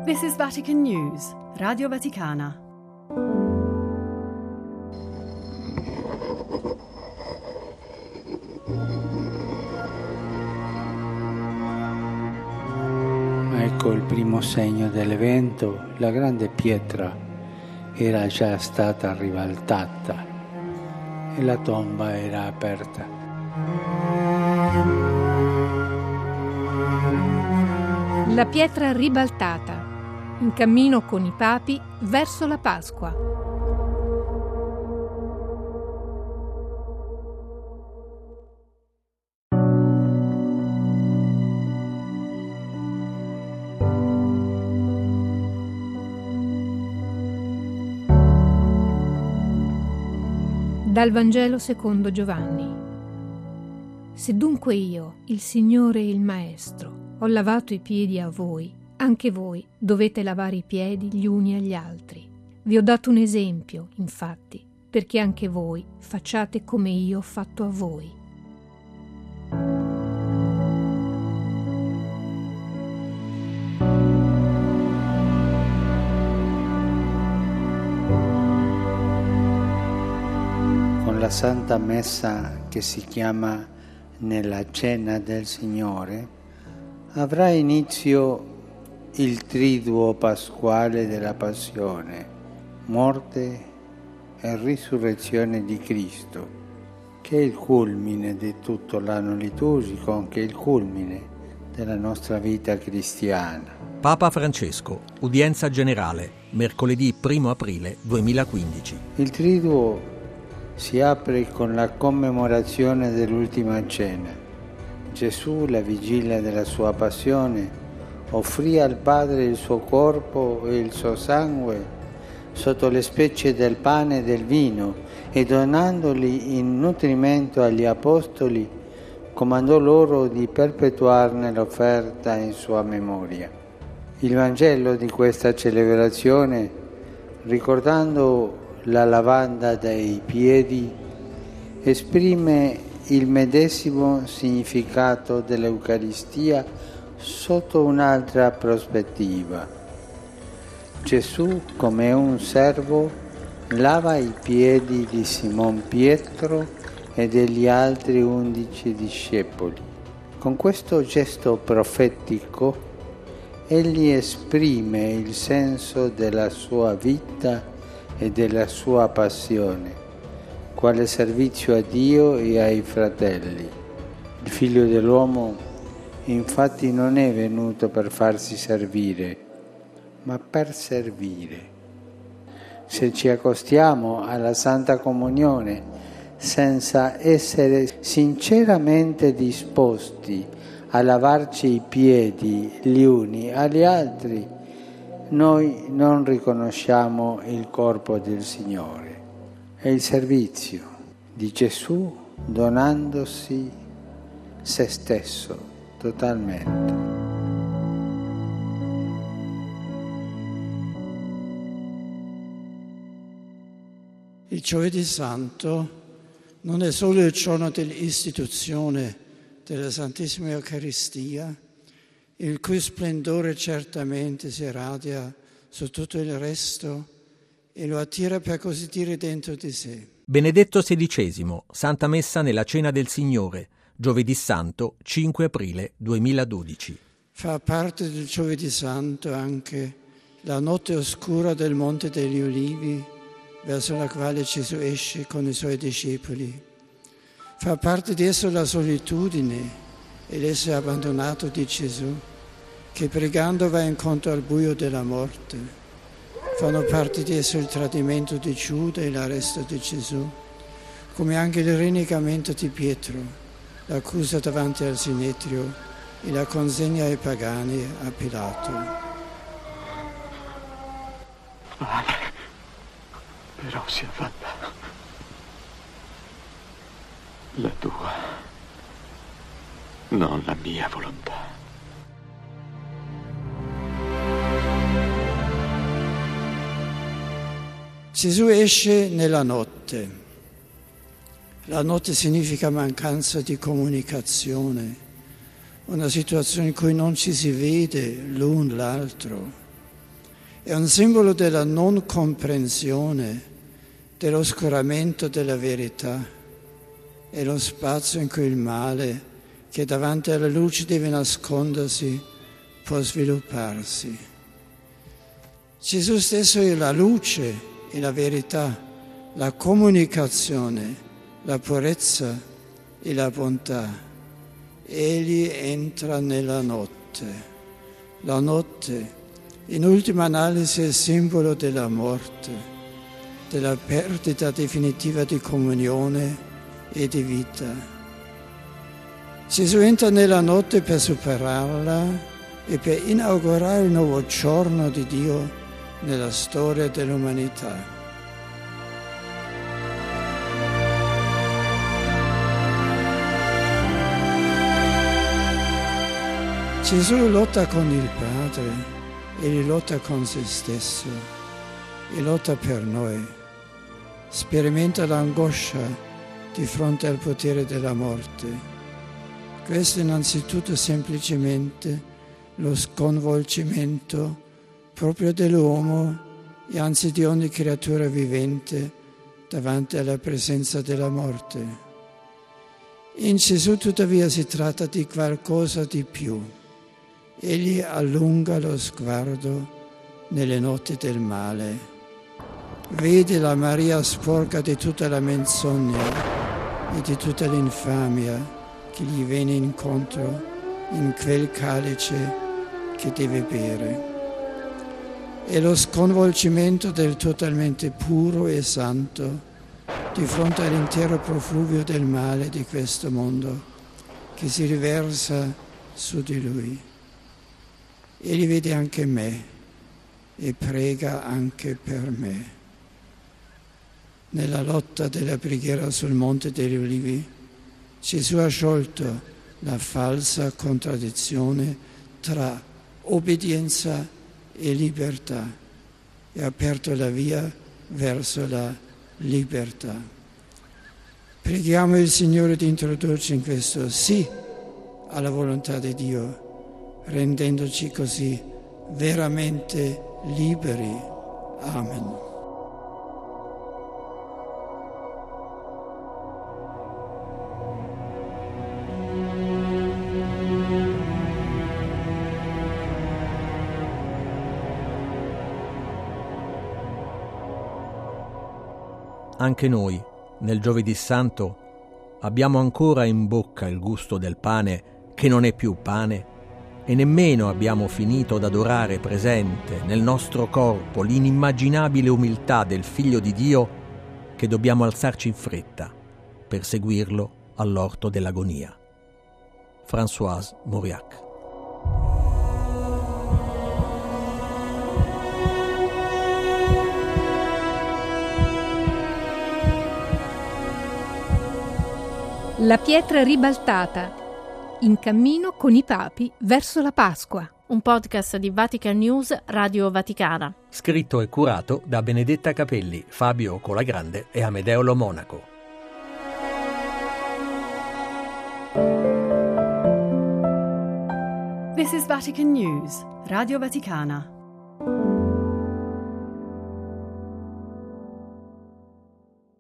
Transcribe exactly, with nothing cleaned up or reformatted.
This is Vatican News, Radio Vaticana. Ecco il primo segno dell'evento: la grande pietra era già stata ribaltata e la tomba era aperta. La pietra ribaltata, in cammino con i papi verso la Pasqua. Dal Vangelo secondo Giovanni. Se dunque io, il Signore e il Maestro, ho lavato i piedi a voi, anche voi dovete lavare i piedi gli uni agli altri. Vi ho dato un esempio, infatti, perché anche voi facciate come io ho fatto a voi. Con la Santa Messa, che si chiama Nella Cena del Signore, avrà inizio il triduo pasquale della Passione, morte e risurrezione di Cristo, che è il culmine di tutto l'anno liturgico, anche il culmine della nostra vita cristiana. Papa Francesco, udienza generale, mercoledì primo aprile duemilaquindici. Il triduo si apre con la commemorazione dell'ultima cena. Gesù, la vigilia della sua passione, offrì al Padre il suo corpo e il suo sangue sotto le specie del pane e del vino, e donandoli in nutrimento agli Apostoli, comandò loro di perpetuarne l'offerta in sua memoria. Il Vangelo di questa celebrazione, ricordando la lavanda dei piedi, esprime il medesimo significato dell'Eucaristia sotto un'altra prospettiva. Gesù, come un servo, lava i piedi di Simon Pietro e degli altri undici discepoli. Con questo gesto profetico, egli esprime il senso della sua vita e della sua passione, quale servizio a Dio e ai fratelli. Il Figlio dell'uomo infatti non è venuto per farsi servire, ma per servire. Se ci accostiamo alla Santa Comunione senza essere sinceramente disposti a lavarci i piedi gli uni agli altri, noi non riconosciamo il corpo del Signore. È il servizio di Gesù donandosi se stesso totalmente. Il Giovedì Santo non è solo il giorno dell'istituzione della Santissima Eucaristia, il cui splendore certamente si irradia su tutto il resto e lo attira, per così dire, dentro di sé. Benedetto sedicesimo, Santa Messa nella Cena del Signore, Giovedì Santo, cinque aprile duemiladodici. Fa parte del Giovedì Santo anche la notte oscura del Monte degli Ulivi, verso la quale Gesù esce con i suoi discepoli. Fa parte di esso la solitudine e l'essere abbandonato di Gesù, che pregando va incontro al buio della morte. Fanno parte di esso il tradimento di Giuda e l'arresto di Gesù, come anche il rinnegamento di Pietro, l'accusa davanti al Sinedrio e la consegna ai pagani a Pilato. Padre, però sia fatta la tua, non la mia volontà. Gesù esce nella notte. La notte significa mancanza di comunicazione, una situazione in cui non ci si vede l'un l'altro. È un simbolo della non comprensione, dell'oscuramento della verità. È lo spazio in cui il male, che davanti alla luce deve nascondersi, può svilupparsi. Gesù stesso è la luce e la verità, la comunicazione, la purezza e la bontà. Egli entra nella notte. La notte, in ultima analisi, è simbolo della morte, della perdita definitiva di comunione e di vita. Gesù entra nella notte per superarla e per inaugurare il nuovo giorno di Dio nella storia dell'umanità. Gesù lotta con il Padre, egli lotta con se stesso e lotta per noi. Sperimenta l'angoscia di fronte al potere della morte. Questo è innanzitutto semplicemente lo sconvolgimento proprio dell'uomo e anzi di ogni creatura vivente davanti alla presenza della morte. In Gesù tuttavia si tratta di qualcosa di più. Egli allunga lo sguardo nelle notti del male. Vede la Maria sporca di tutta la menzogna e di tutta l'infamia che gli viene incontro in quel calice che deve bere. È lo sconvolgimento del totalmente puro e santo di fronte all'intero profluvio del male di questo mondo che si riversa su di lui. Egli vede anche me e prega anche per me. Nella lotta della preghiera sul Monte degli Ulivi, Gesù ha sciolto la falsa contraddizione tra obbedienza e libertà e ha aperto la via verso la libertà. Preghiamo il Signore di introdurci in questo sì alla volontà di Dio, rendendoci così veramente liberi. Amen. Anche noi, nel Giovedì Santo, abbiamo ancora in bocca il gusto del pane che non è più pane e nemmeno abbiamo finito d'adorare presente nel nostro corpo l'inimmaginabile umiltà del Figlio di Dio che dobbiamo alzarci in fretta per seguirlo all'orto dell'agonia. Françoise Mauriac. La pietra ribaltata, in cammino con i papi verso la Pasqua. Un podcast di Vatican News, Radio Vaticana. Scritto e curato da Benedetta Capelli, Fabio Colagrande e Amedeo Lo Monaco. This is Vatican News, Radio Vaticana.